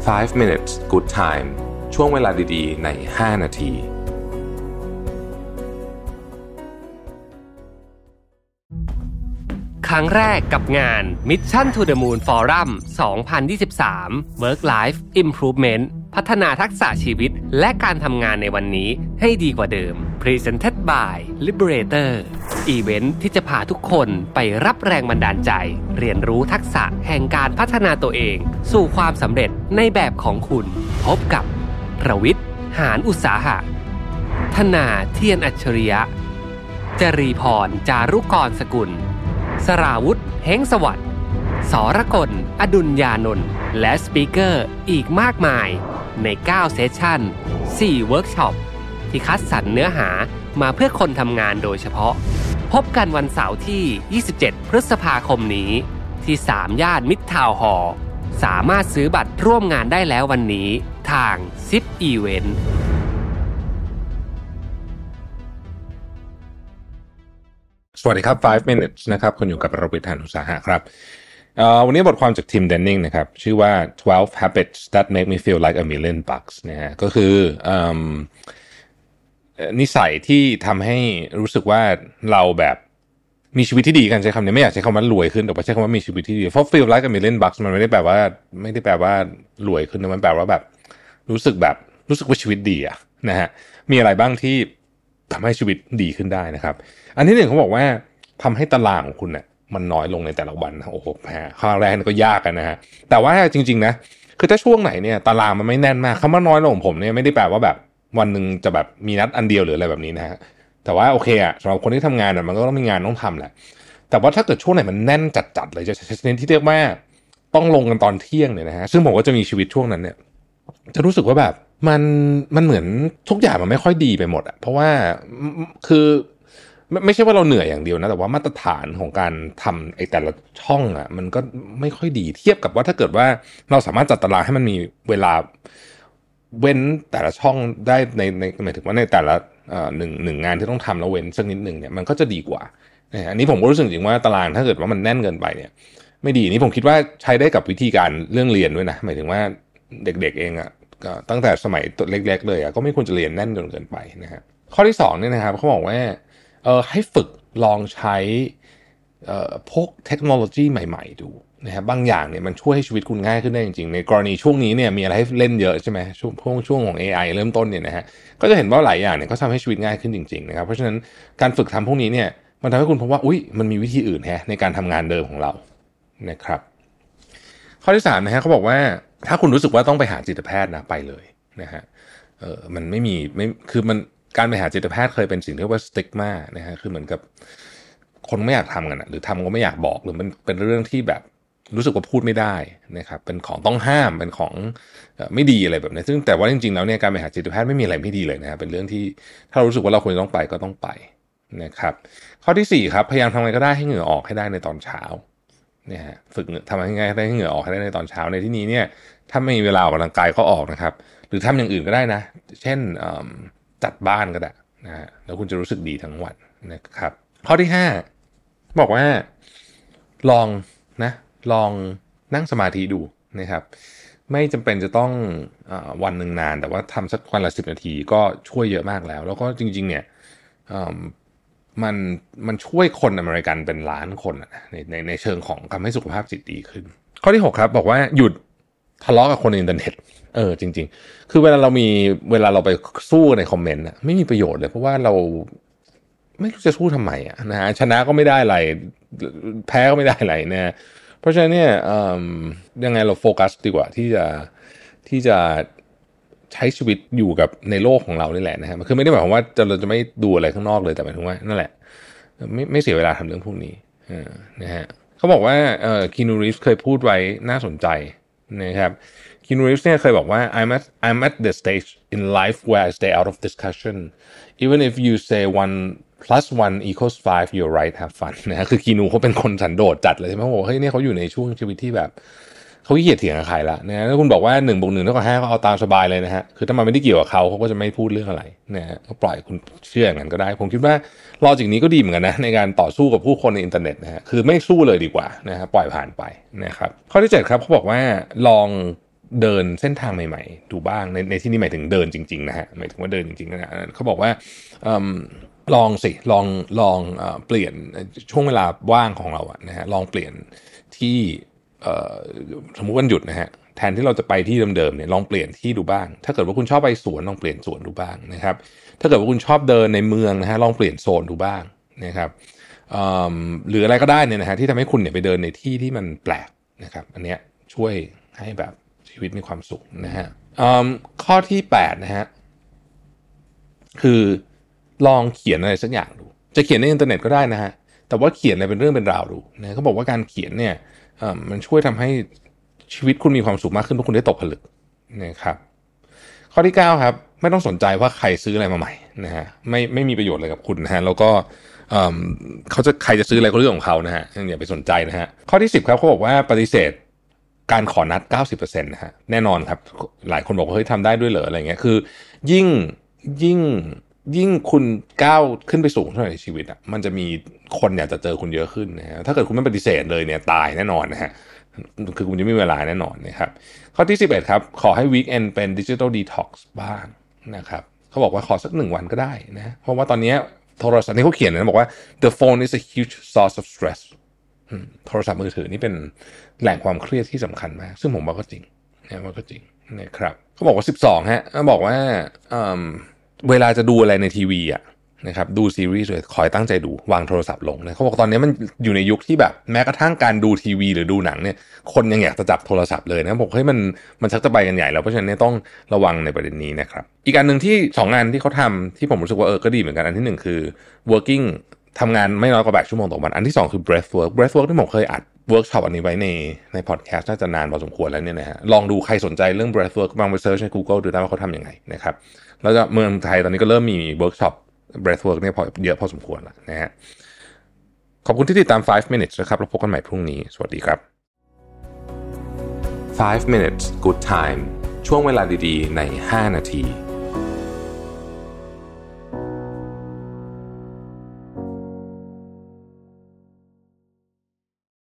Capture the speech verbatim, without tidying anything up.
five minutes good time ช่วงเวลาดีๆในห้านาทีครั้งแรกกับงาน Mission to the Moon Forum สองพันยี่สิบสาม Work Life Improvement พัฒนาทักษะชีวิตและการทำงานในวันนี้ให้ดีกว่าเดิม Presented by Liberator อีเวนท์ที่จะพาทุกคนไปรับแรงบันดาลใจเรียนรู้ทักษะแห่งการพัฒนาตัวเองสู่ความสำเร็จในแบบของคุณพบกับประวิทย์ หาญอุตสาหะธนาเทียนอัจฉริยะจรีพรจารุกรสกุลสราวุธเฮงสวัสดิ์สรกลอดุลยานนท์และสปีกเกอร์อีกมากมายในเก้าเซสชั่นสี่เวิร์กช็อปที่คัดสรรเนื้อหามาเพื่อคนทำงานโดยเฉพาะพบกันวันเสาร์ที่ยี่สิบเจ็ดพฤษภาคมนี้ที่สามย่านมิตรทาวน์ฮอลล์สามารถซื้อบัตรร่วมงานได้แล้ววันนี้ทาง ซิป Event สวัสดีครับfive minutes นะครับคุณอยู่กับประวิทย์ หาญอุตสาหะครับวันนี้บทความจากทีม Denning นะครับชื่อว่าtwelve habits that make me feel like a million bucks นะฮะก็คือนิสัยที่ทำให้รู้สึกว่าเราแบบมีชีวิตที่ดีกันใช้คำนี้ไม่อยากใช้คำว่ารวยขึ้นแต่ว่าใช้คำว่ามีชีวิตที่ดีเพราะ feel like a million bucks มันไม่ได้แปลว่าไม่ได้แปลว่ารวยขึ้นนะมันแปลว่าแบบรู้สึกแบบรู้สึกว่าชีวิตดีอะนะฮะมีอะไรบ้างที่ทำให้ชีวิตดีขึ้นได้นะครับอันที่หนึ่งเขาบอกว่าทำให้ตารางของคุณเนี่ยมันน้อยลงในแต่ละวันโอ้โหแพ้ข้อแรกก็ยากกันนะฮะแต่ว่าจริงๆนะคือถ้าช่วงไหนเนี่ยตารางมันไม่แน่นมากคำว่าน้อยลงของผมเนี่ยไม่ได้แปลว่าแบบวันหนึ่งจะแบบมีนัดอันเดียวหรืออะไรแบบนี้นะฮะแต่ว่าโอเคอะสำหรับคนที่ทำงานเนี่ยมันก็ต้องมีงานต้องทำแหละแต่ว่าถ้าเกิดช่วงไหนมันแน่นจัดๆเลยจะชนิดที่เรียกว่าต้องลงกันตอนเที่ยงเนี่ยนะฮะซึ่งผมก็จะมีชีวิตช่วงนั้นเนี่ยจะรู้สึกว่าแบบมันมันเหมือนทุกอย่างมันไม่ค่อยดีไปหมดอะเพราะว่าคือไม่ไม่ใช่ว่าเราเหนื่อยอย่างเดียวนะแต่ว่ามาตรฐานของการทำไอ้แต่ละช่องอ่ะมันก็ไม่ค่อยดีเทียบกับว่าถ้าเกิดว่าเราสามารถจัดตารางให้มันมีเวลาเว้นแต่ละช่องได้ในในหมายถึงว่าในแต่ละเอ่อหนึ่งหนึ่งงานที่ต้องทำแล้วเว้นสักนิดหนึ่งเนี่ยมันก็จะดีกว่าอันนี้ผมก็รู้สึกจริงว่าตารางถ้าเกิดว่ามันแน่นเกินไปเนี่ยไม่ดีนี่ผมคิดว่าใช้ได้กับวิธีการเรื่องเรียนด้วยนะหมายถึงว่าเด็กๆเองอ่ะก็ตั้งแต่สมัยเล็กๆเลยอ่ะก็ไม่ควรจะเรียนแน่นจนเกินไปนะฮะข้อที่สองเนี่ยนะครับเขาบอกว่าเออให้ฝึกลองใช้เอ่อพวกเทคโนโลยีใหม่ๆดูนะครับบางอย่างเนี่ยมันช่วยให้ชีวิตคุณง่ายขึ้นได้จริงๆในกรณีช่วงนี้เนี่ยมีอะไรให้เล่นเยอะใช่ไหมช่วงช่วงช่วงของ เอ ไอ เริ่มต้นเนี่ยนะฮะก็จะเห็นว่าหลายอย่างเนี่ยก็ทำให้ชีวิตง่ายขึ้นจริงๆนะครับเพราะฉะนั้นการฝึกทำพวกนี้เนี่ยมันทำให้คุณพบว่าอุ๊ยมันมีวิธีอื่นแฮะในการทำงานเดิมของเรานะครับข้อที่สามนะฮะเขาบอกว่าถ้าคุณรู้สึกว่าต้องไปหาจิตแพทย์นะไปเลยนะฮะเออมันไม่มีไม่คือมันการไปหาจิตแพทย์เคยเป็นสิ่งที่เรียกว่าสติ๊กมานะฮะคือเหมือนกับคนไม่อยากทำกันนะหรือทำก็ไม่อยากบอกหรือมันเป็นเรื่องที่แบบรู้สึกว่าพูดไม่ได้นะครับเป็นของต้องห้ามเป็นของไม่ดีอะไรแบบนี้ซึ่งแต่ว่าจริงๆแล้วเนี่ยการไปหาจิตแพทย์ไม่มีอะไรไม่ดีเลยนะฮะเป็นเรื่องที่ถ้ารู้สึกว่าเราควรจะต้องไปก็ต้องไปนะครับข้อที่สี่ครับพยายามทำอะไรก็ได้ให้เหงื่อออกให้ได้ในตอนเช้าเนี่ยฮะฝึกทำยังไงให้เหงื่อออกให้ได้ในตอนเช้าในที่นี้เนี่ยถ้าไม่มีเวลาออกกำลังกายก็ออกนะครับหรือทำอย่างอื่นก็ได้นะเช่นจัดบ้านก็ได้นะฮะแล้วคุณจะรู้สึกดีทั้งวันนะครับข้อที่ห้าบอกว่าลองนะลองนั่งสมาธิดูนะครับไม่จำเป็นจะต้องเอ่อวันหนึ่งนานแต่ว่าทำสักวันละสิบนาทีก็ช่วยเยอะมากแล้วแล้วก็จริงๆเนี่ยมันมันช่วยคนอเมริกันเป็นล้านคนในในในเชิงของทำให้สุขภาพจิตดีขึ้นข้อที่หกครับบอกว่าหยุดทะเลาะกับคนในอินเทอร์เน็ตเออจริงๆคือเวลาเรามีเวลาเราไปสู้ในคอมเมนต์อะไม่มีประโยชน์เลยเพราะว่าเราไม่รู้จะสู้ทำไมอะนะฮะชนะก็ไม่ได้อะไรแพ้ก็ไม่ได้อะไรนะเพราะฉะนั้นเนี่ยยังไงเราโฟกัสดีกว่าที่จะที่จะใช้ชีวิตอยู่กับในโลกของเรานี่แหละนะฮะคือไม่ได้หมายความว่าเราจะไม่ดูอะไรข้างนอกเลยแต่หมายถึงว่านั่นแหละไม่ไม่เสียเวลาทำเรื่องพวกนี้นะฮะเขาบอกว่าเอ่อคีนูรีฟเคยพูดไว้น่าสนใจนะครับคีนูรีฟเนี่ยเคยบอกว่า I'm at I'm at the stage in life where I stay out of discussion even if you say one plus one equals five you're right have fun นะคือคีนูเขาเป็นคนสันโดษจัดเลยใช่ไหมเขาบอกเฮ้ยเนี่ยเขาอยู่ในช่วงชีวิตที่แบบเขาขี้เกียจเถียงกับใครละนะถ้าคุณบอกว่าหนึ่งบวกหนึ่งเท่ากับห้าก็เอาตามสบายเลยนะฮะคือถ้ามันไม่ได้เกี่ยวกับเขาเขาก็จะไม่พูดเรื่องอะไรนะฮะก็ปล่อยคุณเชื่ออย่างนั้นก็ได้ผมคิดว่าลอจิกนี้ก็ดีเหมือนกันนะในการต่อสู้กับผู้คนในอินเทอร์เน็ตนะฮะคือไม่สู้เลยดีกว่านะฮะปล่อยผ่านไปนะครับข้อที่เจ็ดครับเขาบอกว่าลองเดินเส้นทางใหม่ๆดูบ้างในในที่นี้หมายถึงเดินจริงๆนะฮะหมายถึงว่าเดินจริงๆนะเขาบอกว่าลองสิลองลองเปลี่ยนช่วงเวลาว่างของเราอะนะฮะลองเปลี่ยนที่สมมุติวันหยุดนะฮะแทนที่เราจะไปที่เดิมๆเนี่ยลองเปลี่ยนที่ดูบ้างถ้าเกิดว่าคุณชอบไปสวนลองเปลี่ยนสวนดูบ้างนะครับถ้าเกิดว่าคุณชอบเดินในเมืองนะฮะลองเปลี่ยนโซนดูบ้างนะครับหรืออะไรก็ได้เนี่ยนะฮะที่ทำให้คุณเนี่ยไปเดินในที่ที่มันแปลกนะครับอันเนี้ยช่วยให้แบบชีวิตมีความสุขนะฮะข้อที่แปดนะฮะคือลองเขียนอะไรสักอย่างดูจะเขียนในอินเทอร์เน็ตก็ได้นะฮะแต่ว่าเขียนอะไรเป็นเรื่องเป็นราวดูนะเขาบอกว่าการเขียนเนี่ยมันช่วยทำให้ชีวิตคุณมีความสุขมากขึ้นเพราะคุณได้ตกผลึกนะครับข้อที่เก้าครับไม่ต้องสนใจว่าใครซื้ออะไรมาใหม่นะฮะไม่ไม่มีประโยชน์อะไรกับคุณนะฮะแล้วก็เขาจะใครจะซื้ออะไรก็เรื่องของเขานะฮะอย่าไปสนใจนะฮะข้อที่สิบครับเขาบอกว่าปฏิเสธการขอนัด เก้าสิบเปอร์เซ็นต์ นะฮะแน่นอนครับหลายคนบอกว่าเฮ้ยทำได้ด้วยเหรออะไรเงี้ยคือยิ่งยิ่งยิ่งคุณก้าวขึ้นไปสูงเท่าไหร่ในชีวิตอ่ะมันจะมีคนอยากจะเจอคุณเยอะขึ้นนะฮะถ้าเกิดคุณไม่ปฏิเสธเลยเนี่ยตายแน่นอนนะฮะคือคุณจะไม่มีเวลาแน่นอนนะครับข้อที่สิบเอ็ดครับขอให้วีคเอนด์เป็นดิจิทัลดีท็อกซ์บ้างนะครับเขาบอกว่าขอสักหนึ่งวันก็ได้นะเพราะว่าตอนนี้โทรศัพท์นี่เขาเขียนนะบอกว่า the phone is a huge source of stress โทรศัพท์มือถือนี่เป็นแหล่งความเครียดที่สำคัญมากซึ่งผมว่าก็จริงนะว่าก็จริงนะครับเขาบอกว่าสิบสองฮะบอกว่าเวลาจะดูอะไรในทีวีอ่ะนะครับดูซีรีส์เลยคอยตั้งใจดูวางโทรศัพท์ลงนะเขาบอกตอนนี้มันอยู่ในยุคที่แบบแม้กระทั่งการดูทีวีหรือดูหนังเนี่ยคนยังอยากจะจับโทรศัพท์เลยนะบอกเฮ้ยมันมันชักจะไปกันใหญ่แล้วเพราะฉะนั้นต้องระวังในประเด็นนี้นะครับอีกอันหนึ่งที่สองงานที่เขาทำที่ผมรู้สึกว่าเออก็ดีเหมือนกันอันที่หนึ่งคือ working ทำงานไม่น้อยกว่าแปดชั่วโมงต่อวันอันที่สองคือ breath work breath work ที่ผมเคยอัดเวิร์กช็อปอันนี้ไว้ในในพอดแคสต์น่าจะนานพอสมควรแล้วเนี่ยนะฮะลองดูใครสนใจเรื่อง breath work บางไปเซิร์ชใน Google ดูได้ว่าเขาทำยังไงนะครับแล้วก็เมืองไทยตอนนี้ก็เริ่มมีเวิร์กช็อป breath work เนี่ยพอเยอะพอสมควรแล้วนะฮะขอบคุณที่ติดตาม five minutes นะครับแล้วพบกันใหม่พรุ่งนี้สวัสดีครับ five minutes good time ช่วงเวลาดีๆในห้านาที